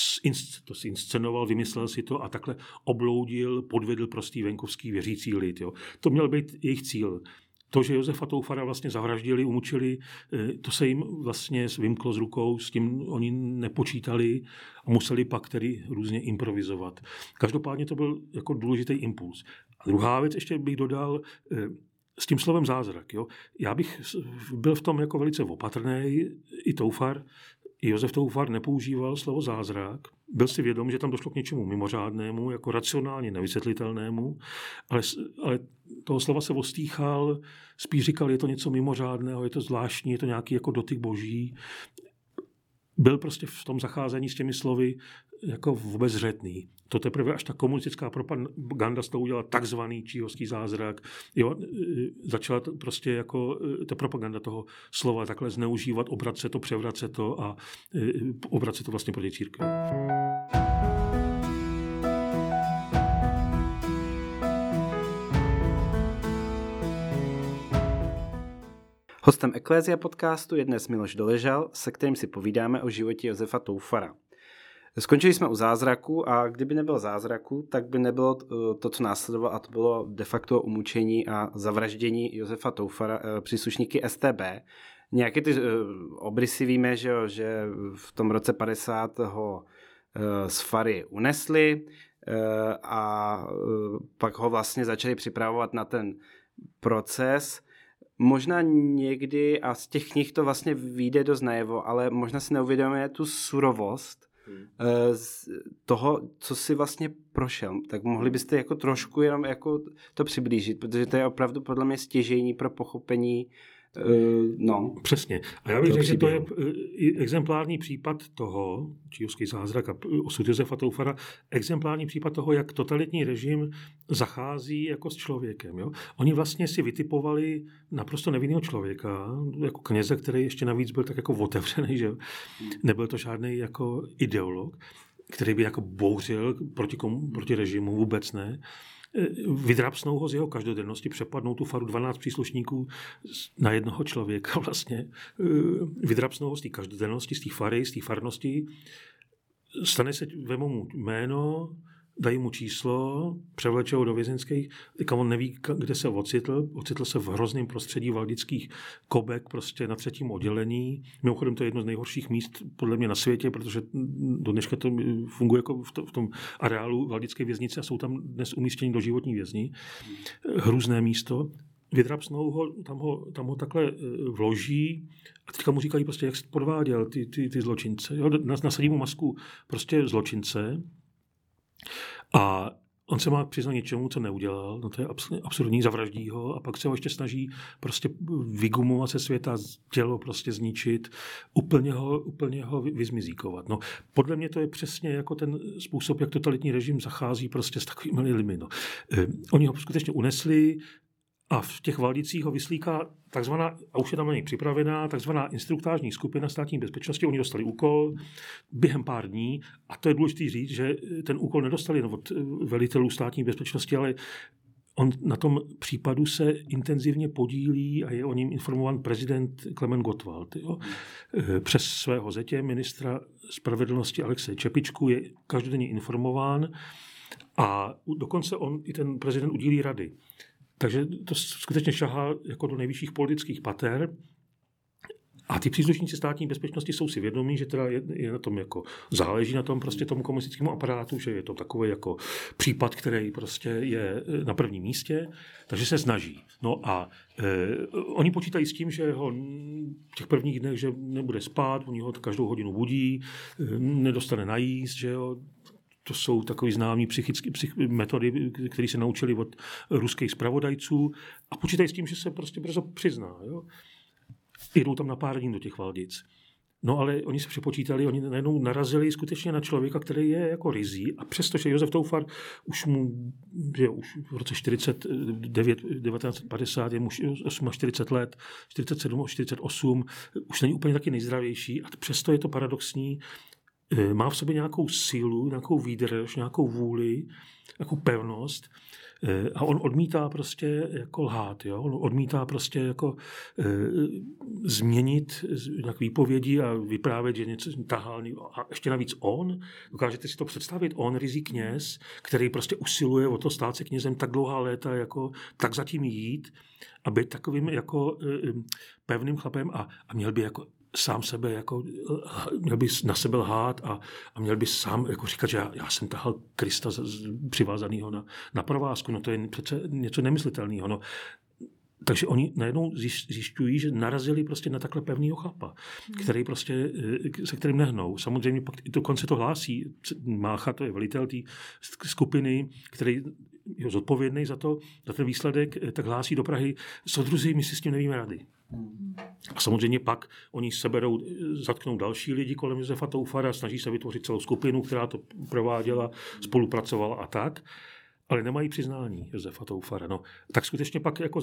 to si inscenoval, vymyslel si to a takhle obloudil, podvedl prostý venkovský věřící lid. Jo. To měl být jejich cíl. To, že Josefa Toufara vlastně zavraždili, umučili, to se jim vlastně vymklo z rukou, s tím oni nepočítali a museli pak tedy různě improvizovat. Každopádně to byl jako důležitý impuls. A druhá věc, ještě bych dodal, s tím slovem zázrak. Jo. Já bych byl v tom jako velice opatrný, i Toufar, i Josef Toufar nepoužíval slovo zázrak. Byl si vědom, že tam došlo k něčemu mimořádnému, jako racionálně nevysvětlitelnému, ale toho slova se ostýchal, spíš říkal, je to něco mimořádného, je to zvláštní, je to nějaký jako dotyk boží. Byl prostě v tom zacházení s těmi slovy jako obezřetný. To teprve až ta komunistická propaganda z toho udělala takzvaný číhovský zázrak. Jo, začala prostě jako ta propaganda toho slova takhle zneužívat, obracet to, převracet to a obracet to vlastně proti církvi. Hostem Eklézia podcastu je dnes Miloš Doležal, se kterým si povídáme o životě Josefa Toufara. Skončili jsme u zázraku a kdyby nebylo zázraku, tak by nebylo to, co následovalo, a to bylo de facto umučení a zavraždění Josefa Toufara příslušníky StB. Nějaké ty obrysy víme, že v tom roce 50 ho z Fary unesli a pak ho vlastně začali připravovat na ten proces. Možná někdy, a z těch knih to vlastně vyjde dost najevo, ale možná si neuvědomuje tu surovost z toho, co si vlastně prošel. Tak mohli byste jako trošku jenom jako to přiblížit, protože to je opravdu podle mě stěžejní pro pochopení. Přesně. A já bych řekl, že to je exemplární případ toho, číhovský zázrak a osud Josefa Toufara, exemplární případ toho, jak totalitní režim zachází jako s člověkem. Jo? Oni vlastně si vytipovali naprosto nevinného člověka, jako kněze, který ještě navíc byl tak jako otevřený, že nebyl to žádný jako ideolog, který by jako bouřil proti režimu, vůbec ne. vydrapsnou ho z jeho každodennosti, přepadnou tu faru 12 příslušníků na jednoho člověka vlastně, vydrapsnou ho z té každodennosti, z té fary, z té farnosti, stane se, vemou mu jméno, dají mu číslo, převlečou ho do vězeňských, teďka on neví, kde se ocitl se v hrozném prostředí valdických kobek, prostě na 3. oddělení. Mimochodem to je jedno z nejhorších míst podle mě na světě, protože do dneška to funguje jako v tom areálu valdické věznice a jsou tam dnes umístěni doživotní vězni. Hrůzné místo. Vydrapsnou ho, tam ho takhle vloží a teďka mu říkají prostě, jak jsi podváděl ty zločince. Jo? Nasadí mu masku prostě zločince. A on se má přiznat něčemu, co neudělal, no to je absurdní, zavraždí ho a pak se ho ještě snaží prostě vygumovat se světa, tělo prostě zničit, úplně ho vyzmizíkovat. No, podle mě to je přesně jako ten způsob, jak totalitní režim zachází prostě s takovými lidmi. No. Oni ho skutečně unesli a v těch Valdicích ho vyslíká takzvaná, a už je tam na něj připravená, takzvaná instruktážní skupina státní bezpečnosti. Oni dostali úkol během pár dní a to je důležité říct, že ten úkol nedostali jen od velitelů státní bezpečnosti, ale on na tom případu se intenzivně podílí a je o ním informován prezident Klement Gottwald. Jo. Přes svého zetě ministra spravedlnosti Alexeje Čepičku je každodenně informován a dokonce on i ten prezident udílí rady. Takže to skutečně šahá jako do nejvyšších politických pater. A ty příslušníci státní bezpečnosti jsou si vědomí, že teda je na tom jako záleží na tom prostě tomu komunistickému aparátu, že je to takový jako případ, který prostě je na prvním místě, takže se snaží. No a oni počítají s tím, že ho v těch prvních dnech, že nebude spát, oni ho každou hodinu budí, nedostane najíst, že jo. To jsou takové známé psychické metody, které se naučili od ruských zpravodajců a počítají s tím, že se prostě brzo přizná. Jo? Jdou tam na pár dní do těch Valdic. No ale oni se přepočítali, oni najednou narazili skutečně na člověka, který je jako rizí a přestože Josef Toufar už v roce 1950 je mu 48 let, 47, 48, už není úplně taky nejzdravější a přesto je to paradoxní, má v sobě nějakou sílu, nějakou výdrž, nějakou vůli, nějakou pevnost a on odmítá prostě jako lhát. Jo? On odmítá prostě jako změnit nějaké výpovědi a vyprávět, že něco tahal. A ještě navíc on, dokážete si to představit, on rizí kněz, který prostě usiluje o to stát se knězem tak dlouhá léta, jako, tak zatím jít a být takovým jako pevným chlapem a měl by jako sám sebe, jako, měl by na sebe lhát a měl by sám jako říkat, že já jsem tahal Krista přivázanýho na provázku. No to je přece něco nemyslitelného. No. Takže oni najednou zjišťují, že narazili prostě na takhle pevnýho chlapa, který prostě, se kterým nehnou. Samozřejmě pak dokonce to hlásí. Mácha, to je velitel té skupiny, který je zodpovědný za ten výsledek, tak hlásí do Prahy, soudruzi, my si s tím nevíme rady. A samozřejmě pak oni seberou, zatknou další lidi kolem Josefa Toufara, snaží se vytvořit celou skupinu, která to prováděla, spolupracovala a tak, ale nemají přiznání Josefa Toufara. No, tak skutečně pak jako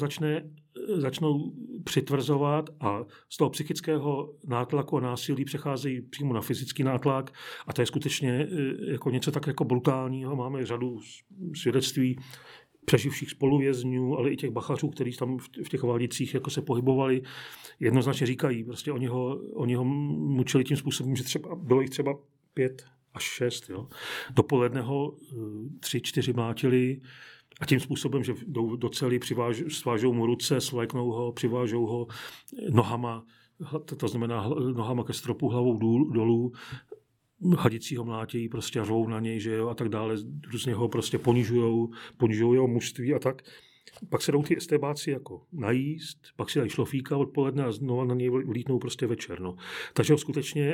začnou přitvrzovat a z toho psychického nátlaku a násilí přecházejí přímo na fyzický nátlak a to je skutečně jako něco tak jako brutálního. Máme řadu svědectví přeživších spoluvězňů, ale i těch bachařů, kteří tam v těch Valdicích jako se pohybovali, jednoznačně říkají, prostě oni ho mučili tím způsobem, že bylo jich třeba 5 až 6. Jo. Dopoledne ho 3-4 mlátili a tím způsobem, že jdou do cely, svážou mu ruce, svléknou ho, přivážou ho nohama, to znamená nohama ke stropu, hlavou dolů, hadicího mlátějí, prostě řvou na něj, že jo, a tak dále, různě ho prostě ponižujou jeho mužství a tak. Pak se jdou ty estébáci jako najíst, pak si dají šlofíka odpoledne a znovu na něj vlítnou prostě večer. No. Takže ho skutečně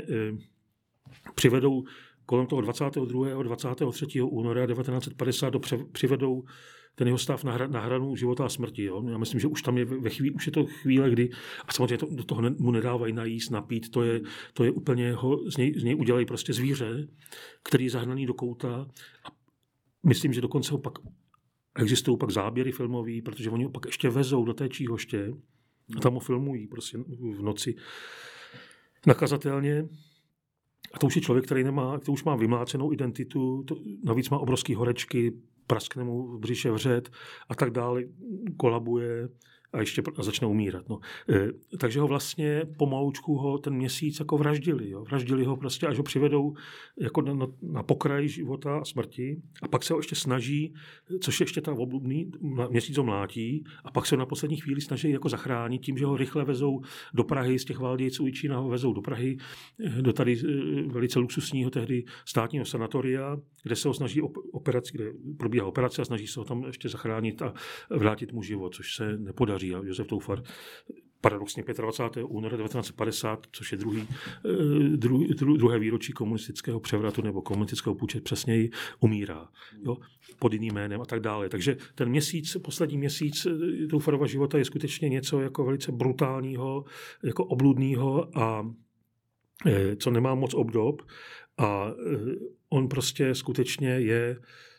přivedou kolem toho 22. 23. února 1950 přivedou ten jeho stav na hranu života a smrti. Jo. Já myslím, že už tam je už je to chvíle, kdy a samozřejmě do toho mu nedávají najíst, napít, to je úplně z něj udělají prostě zvíře, který je zahnaný do kouta a myslím, že dokonce ho pak existují pak záběry filmový, protože oni ho pak ještě vezou do té Číhoště a tam ho filmují prostě v noci nakazatelně. A to už je člověk, který už má vymlácenou identitu, navíc má obrovský horečky, praskne mu v břiše vřet a tak dále, kolabuje a ještě začne umírat. No. Takže ho vlastně pomalučku ho ten měsíc jako vraždili. Jo. Vraždili ho prostě, až ho přivedou jako na pokraj života a smrti a pak se ho ještě snaží, což je ještě ta obludný, měsíc ho mlátí a pak se ho na poslední chvíli snaží jako zachránit tím, že ho rychle vezou do Prahy, z těch Valdějc u Jičína ho vezou do Prahy, do tady velice luxusního tehdy státního sanatoria, kde se ho snaží kde probíhá operace a snaží se ho tam ještě zachránit a vrátit mu život, což se nepodaří. A Josef Toufar paradoxně 25. února 1950, což je druhé výročí komunistického převratu nebo komunistického puče, přesněji umírá. Jo, pod jiným jménem a tak dále. Takže ten měsíc, poslední měsíc Toufarova života je skutečně něco jako velice brutálního, jako obludného a co nemá moc obdob. A on prostě skutečně je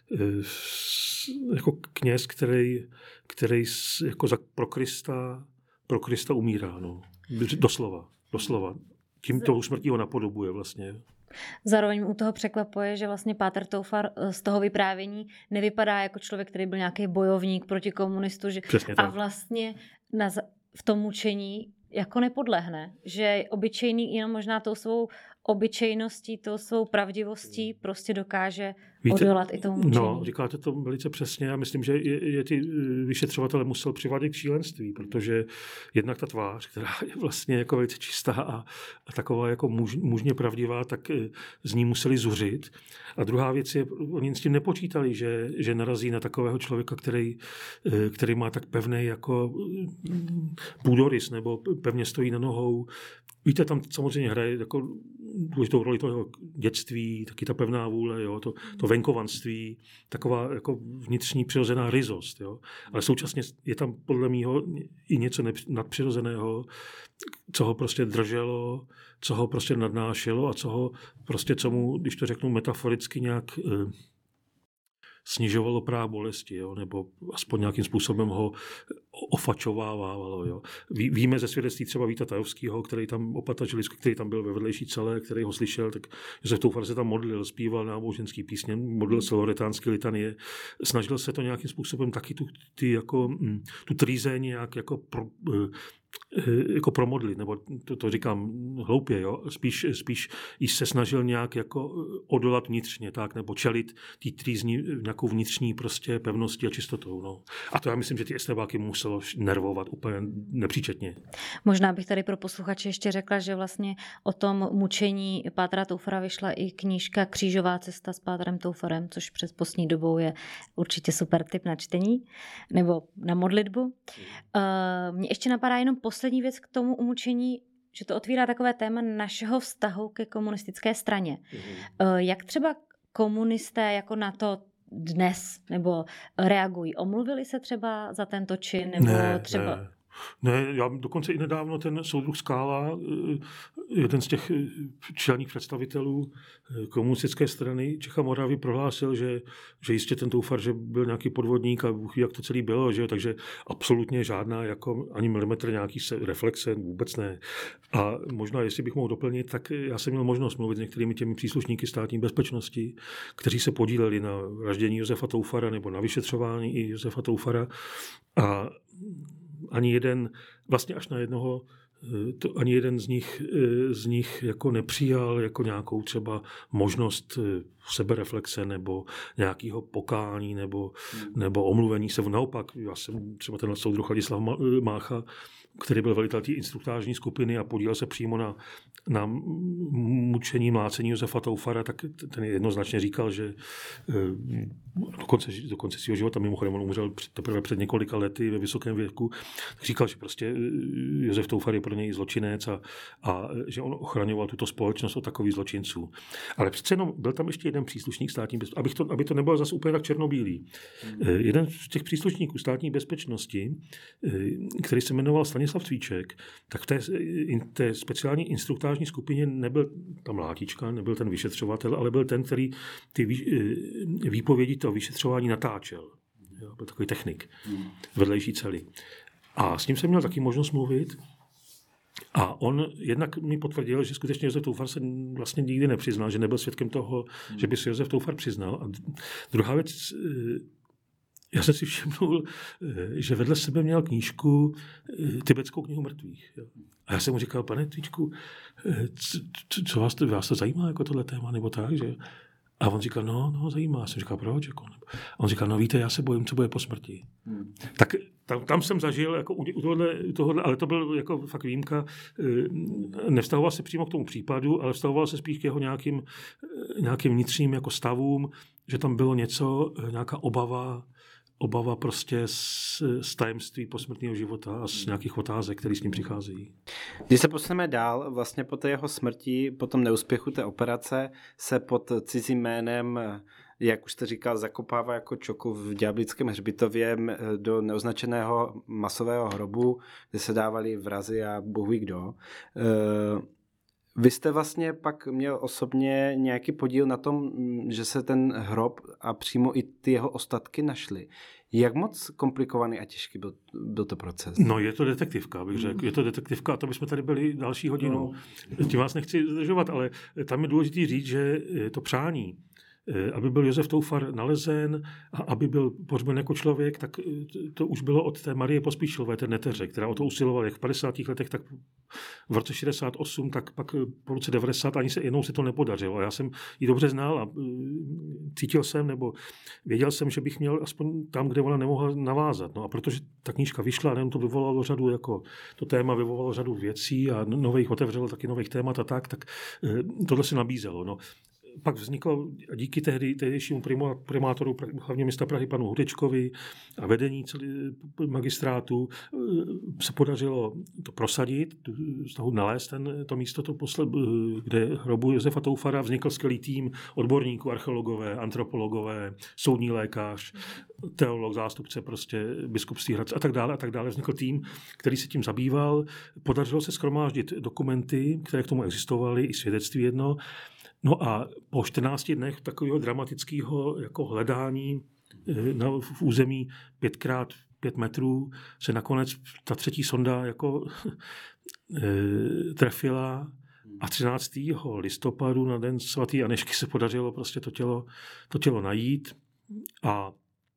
jako kněz, který jako pro Krista umírá. No. Doslova. Tímto smrtí ho napodobuje vlastně. Zároveň u toho překvapuje, že vlastně Páter Toufar z toho vyprávění nevypadá jako člověk, který byl nějaký bojovník proti komunistu, a vlastně v tom mučení jako nepodlehne, že je obyčejný jenom možná tou svou obyčejností, tou svou pravdivostí prostě dokáže odolat i tomu mučení. No, říkáte to velice přesně. Já myslím, že je ty vyšetřovatele musel přivádět k šílenství, protože jednak ta tvář, která je vlastně jako velice čistá a taková jako mužně pravdivá, tak z ní museli zuřit. A druhá věc je, oni s tím nepočítali, že narazí na takového člověka, který má tak pevný jako půdorys nebo pevně stojí na nohou. Víte, tam samozřejmě hraje jako důležitou roli toho dětství, taky ta pevná vůle, jo, to venkovanství, taková jako vnitřní přirozená ryzost. Jo. Ale současně je tam podle mýho i něco nadpřirozeného, co ho prostě drželo, co ho prostě nadnášelo a co mu, když to řeknu metaforicky, nějak snižovalo práh bolesti, jo, nebo aspoň nějakým způsobem ho ofačovávalo. Jo. Víme ze svědectví třeba Víta Tajovského, který tam který tam byl ve vedlejší celé, který ho slyšel, tak Josef Toufar se tam modlil, zpíval náboženský písně, modlil se loretánské litanie, snažil se to nějakým způsobem taky tu trýzeň nějak jako promodlit, nebo to říkám hloupě, jo? Spíš se snažil nějak jako odolat vnitřně, tak, nebo čelit té trýzni nějakou vnitřní prostě pevností a čistotou. No. A to já myslím, že ty estébáky muselo nervovat úplně nepříčetně. Možná bych tady pro posluchače ještě řekla, že vlastně o tom mučení Pátra Toufara vyšla i knížka Křížová cesta s Pátrem Toufarem, což přes poslední dobou je určitě super tip na čtení nebo na modlitbu. Mně ještě napadá jenom poslední věc k tomu umučení, že to otvírá takové téma našeho vztahu ke komunistické straně. Jak třeba komunisté jako na to dnes nebo reagují? Omluvili se třeba za tento čin? Nebo Ne, já dokonce i nedávno ten soudruh Skála, jeden z těch čelných představitelů komunistické strany Čech a Moravy, prohlásil, že jistě ten Toufar, že byl nějaký podvodník a jak to celý bylo, že? Takže absolutně žádná jako ani milimetr nějaký reflexe, vůbec ne. A možná, jestli bych mohl doplnit, tak já jsem měl možnost mluvit s některými těmi příslušníky státní bezpečnosti, kteří se podíleli na vraždění Josefa Toufara nebo na vyšetřování i Josefa Toufara a ani jeden, vlastně až na jednoho, ani jeden z nich jako nepřijal jako nějakou třeba možnost sebereflexe nebo nějakého pokání nebo omluvení se. Naopak, já jsem třeba tenhle soudruh Ladislav Mácha, který byl velitel té instruktážní skupiny a podílel se přímo na mučení, mlácení Josefa Toufara, tak ten jednoznačně říkal, že do konce svého života, mimochodem on umřel teprve před několika lety ve vysokém věku, tak říkal, že prostě Josef Toufar je pro něj zločinec a že on ochraňoval tuto společnost od takových zločinců. Ale přece jenom byl tam ještě jeden příslušník státní bezpečnosti, aby to nebylo zase úplně tak černobílý. Jeden z těch příslušníků státní bezpečnosti, který se jmenoval Stanislav Cvíček, tak v té speciální instruktážní skupině nebyl ta mlátička, nebyl ten vyšetřovatel, ale byl ten, který ty výpovědi toho vyšetřování natáčel. Jo, byl takový technik vedlejší cely. A s ním jsem měl taky možnost mluvit. A on jednak mi potvrdil, že skutečně Josef Toufar se vlastně nikdy nepřiznal, že nebyl svědkem toho, že by se Josef Toufar přiznal. A druhá věc, já jsem si všimnul, že vedle sebe měl knížku, tibetskou knihu mrtvých. Jo. A já jsem mu říkal, pane Tvíčku, co vás to zajímá, jako tohle téma, nebo tak, že? A on říkal, no, zajímá. Já jsem říkal, proč? Jako? A on říkal, no víte, já se bojím, co bude po smrti. Tak tam jsem zažil, jako u tohohle, ale to byl jako fakt výjimka, nevztahoval se přímo k tomu případu, ale vztahoval se spíš k jeho nějakým vnitřním jako stavům, že tam bylo něco, nějaká obava prostě z tajemství posmrtného života a z nějakých otázek, které s ním přicházejí. Když se posuneme dál, vlastně po té jeho smrti, po tom neúspěchu té operace, se pod cizím jménem, jak už jste říkal, zakopává jako čoku v Ďáblickém hřbitově do neoznačeného masového hrobu, kde se dávali vrazy a bůh ví kdo. Vy jste vlastně pak měl osobně nějaký podíl na tom, že se ten hrob a přímo i ty jeho ostatky našly. Jak moc komplikovaný a těžký byl to proces? No, je to detektivka, bych řekl. Je to detektivka a to bychom tady byli další hodinu. Tím vás nechci zdržovat, ale tam je důležité říct, že to přání, aby byl Josef Toufar nalezen a aby byl pohřben jako člověk, tak to už bylo od té Marie Pospíšilové, té neteře, která o to usilovala jak v 50. letech, tak v roce 68, tak pak po roce 90 ani jednou se to nepodařilo. Já jsem ji dobře znal a cítil jsem, nebo věděl jsem, že bych měl aspoň tam, kde ona nemohla navázat. No a protože ta knížka vyšla, a nejen to vyvolalo řadu, jako to téma vyvolalo řadu věcí a nových otevřelo taky nových témat a tak tohle se nabízelo. No. Pak vzniklo díky tehdejšímu primátoru hlavně města Prahy panu Hudečkovi a vedení magistrátu se podařilo to prosadit, nalézt to místo, kde hrobu Josefa Toufara vznikl skvělý tým odborníků, archeologové, antropologové, soudní lékař, teolog, zástupce prostě biskupství Hradce a tak dále. Vznikl tým, který se tím zabýval. Podařilo se shromáždit dokumenty, které k tomu existovaly, i svědectví jedno. No a po 14 dnech takového dramatického jako hledání v území 5x5 metrů se nakonec ta třetí sonda jako trefila a 13. listopadu na den svatý Anežky se podařilo prostě to tělo najít a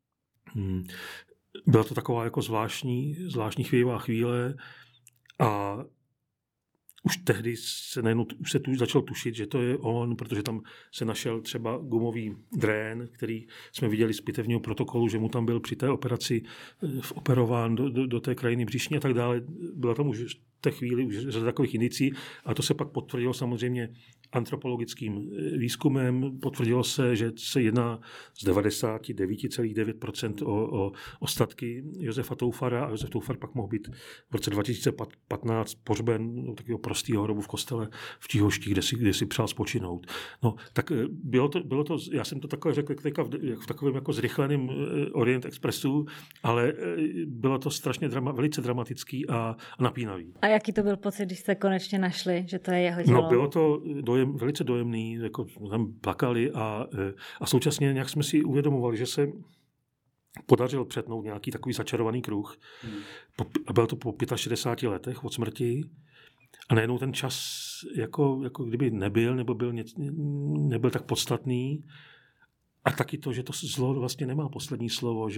byla to taková jako zvláštní chvějivá chvíle a už tehdy se začal tušit, že to je on, protože tam se našel třeba gumový drén, který jsme viděli z pitevního protokolu, že mu tam byl při té operaci operován do té krajiny břišní a tak dále. Byla tam už v té chvíli už řada takových indicí a to se pak potvrdilo samozřejmě antropologickým výzkumem. Potvrdilo se, že se jedná z 99,9% o ostatky Josefa Toufara a Josef Toufar pak mohl být v roce 2015 pohřben do takového prostého hrobu v kostele v Tíhoští, kde si přál spočinout. No, tak bylo to, já jsem to takhle řekl v takovém jako zrychleném Orient Expressu, ale bylo to strašně velice dramatický a napínavý. A jaký to byl pocit, když jste konečně našli, že to je jeho tělo? No, bylo to velice dojemný, jako tam plakali a současně nějak jsme si uvědomovali, že se podařil přetnout nějaký takový začarovaný kruh. A bylo to po 65 letech od smrti. A najednou ten čas jako kdyby nebyl, nebo nebyl tak podstatný. A taky to, že to zlo vlastně nemá poslední slovo,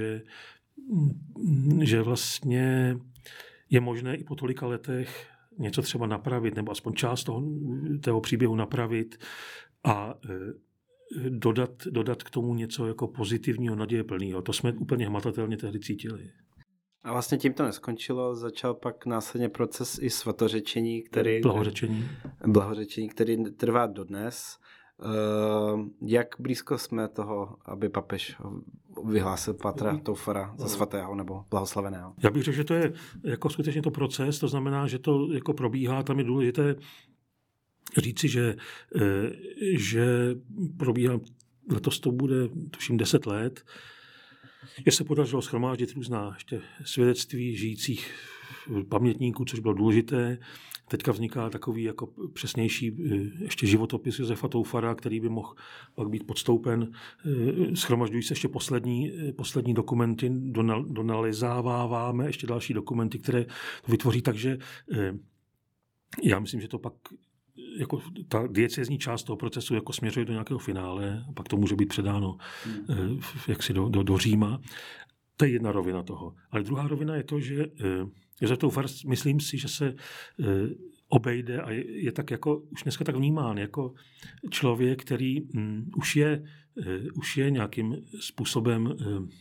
že vlastně je možné i po tolika letech něco třeba napravit, nebo aspoň část toho příběhu napravit a dodat k tomu něco jako pozitivního, nadějeplného. To jsme úplně hmatatelně tehdy cítili. A vlastně tím to neskončilo, začal pak následně proces i svatořečení, blahořečení, který trvá dodnes. Jak blízko jsme toho, aby papež vyhlásil Pátra Toufara za svatého nebo blahoslaveného? Já bych řekl, že to je jako skutečně to proces, to znamená, že to jako probíhá, tam je důležité říci, že probíhá, letos to bude tuším 10 let, že se podařilo shromáždit různá ještě svědectví žijících pamětníků, což bylo důležité. Teďka vzniká takový jako přesnější ještě životopis Josefa Toufara, který by mohl pak být podstoupen. Shromažďují se ještě poslední dokumenty, donalizáváme ještě další dokumenty, které to vytvoří, takže já myslím, že to pak jako ta diecézní část toho procesu jako směřuje do nějakého finále, a pak to může být předáno jaksi do Říma. To je jedna rovina toho. Ale druhá rovina je to, že Josef Toufar, myslím si, že se obejde a je tak jako, už dneska tak vnímán, jako člověk, který už je nějakým způsobem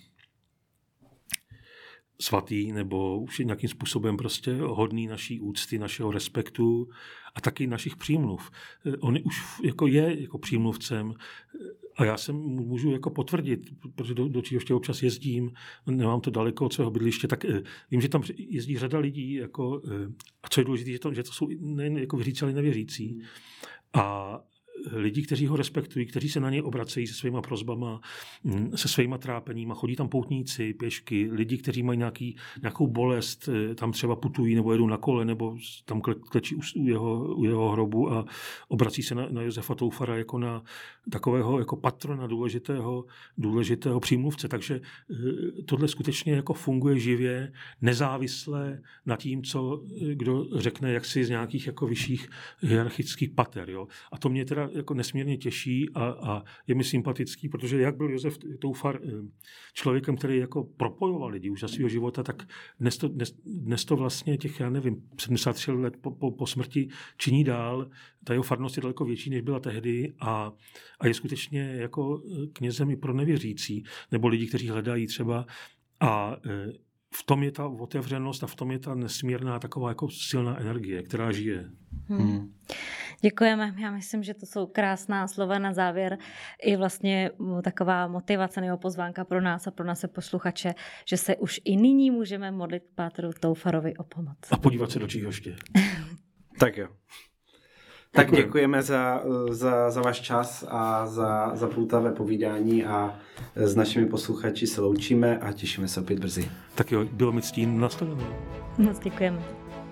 svatý, nebo už je nějakým způsobem prostě hodný naší úcty, našeho respektu a taky našich přímluv. On už jako je jako přímluvcem a já se můžu jako potvrdit, protože do Číhoště občas jezdím, nemám to daleko od svého bydliště, tak vím, že tam jezdí řada lidí, jako, a co je důležité, že to jsou nejen jako věřící, ale nevěřící. A lidi, kteří ho respektují, kteří se na něj obracejí se svýma prosbama, se svýma trápeníma, chodí tam poutníci, pěšky, lidi, kteří mají nějakou bolest, tam třeba putují nebo jedou na kole, nebo tam klečí u jeho hrobu a obrací se na Josefa Toufara jako na takového jako patrona důležitého přímluvce. Takže tohle skutečně jako funguje živě, nezávisle na tím, co kdo řekne jaksi z nějakých jako vyšších hierarchických pater. Jo? A to mě teda jako nesmírně těší a je mi sympatický, protože jak byl Josef Toufar člověkem, který jako propojoval lidi už za svého života, tak dnes to vlastně těch, 73 let po smrti činí dál. Ta jeho farnost je daleko větší, než byla tehdy a je skutečně jako knězem i pro nevěřící, nebo lidi, kteří hledají třeba a v tom je ta otevřenost a v tom je ta nesmírná taková jako silná energie, která žije. Děkujeme. Já myslím, že to jsou krásná slova na závěr. I vlastně taková motivace nebo pozvánka pro nás a pro naše posluchače, že se už i nyní můžeme modlit pátru Toufarovi o pomoc. A podívat se do Číhoště. Tak jo. Tak děkujeme za váš čas a za poutavé povídání a s našimi posluchači se loučíme a těšíme se opět brzy. Tak jo, bylo mi ctí, nashledanou. Moc děkujeme.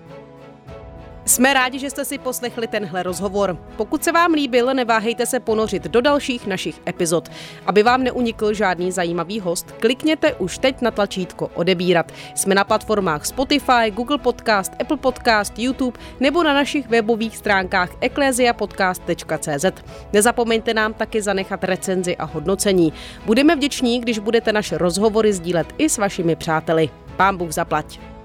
Jsme rádi, že jste si poslechli tenhle rozhovor. Pokud se vám líbil, neváhejte se ponořit do dalších našich epizod. Aby vám neunikl žádný zajímavý host, klikněte už teď na tlačítko odebírat. Jsme na platformách Spotify, Google Podcast, Apple Podcast, YouTube nebo na našich webových stránkách ecclesiapodcast.cz. Nezapomeňte nám taky zanechat recenzi a hodnocení. Budeme vděční, když budete naše rozhovory sdílet i s vašimi přáteli. Pán Bůh zaplať.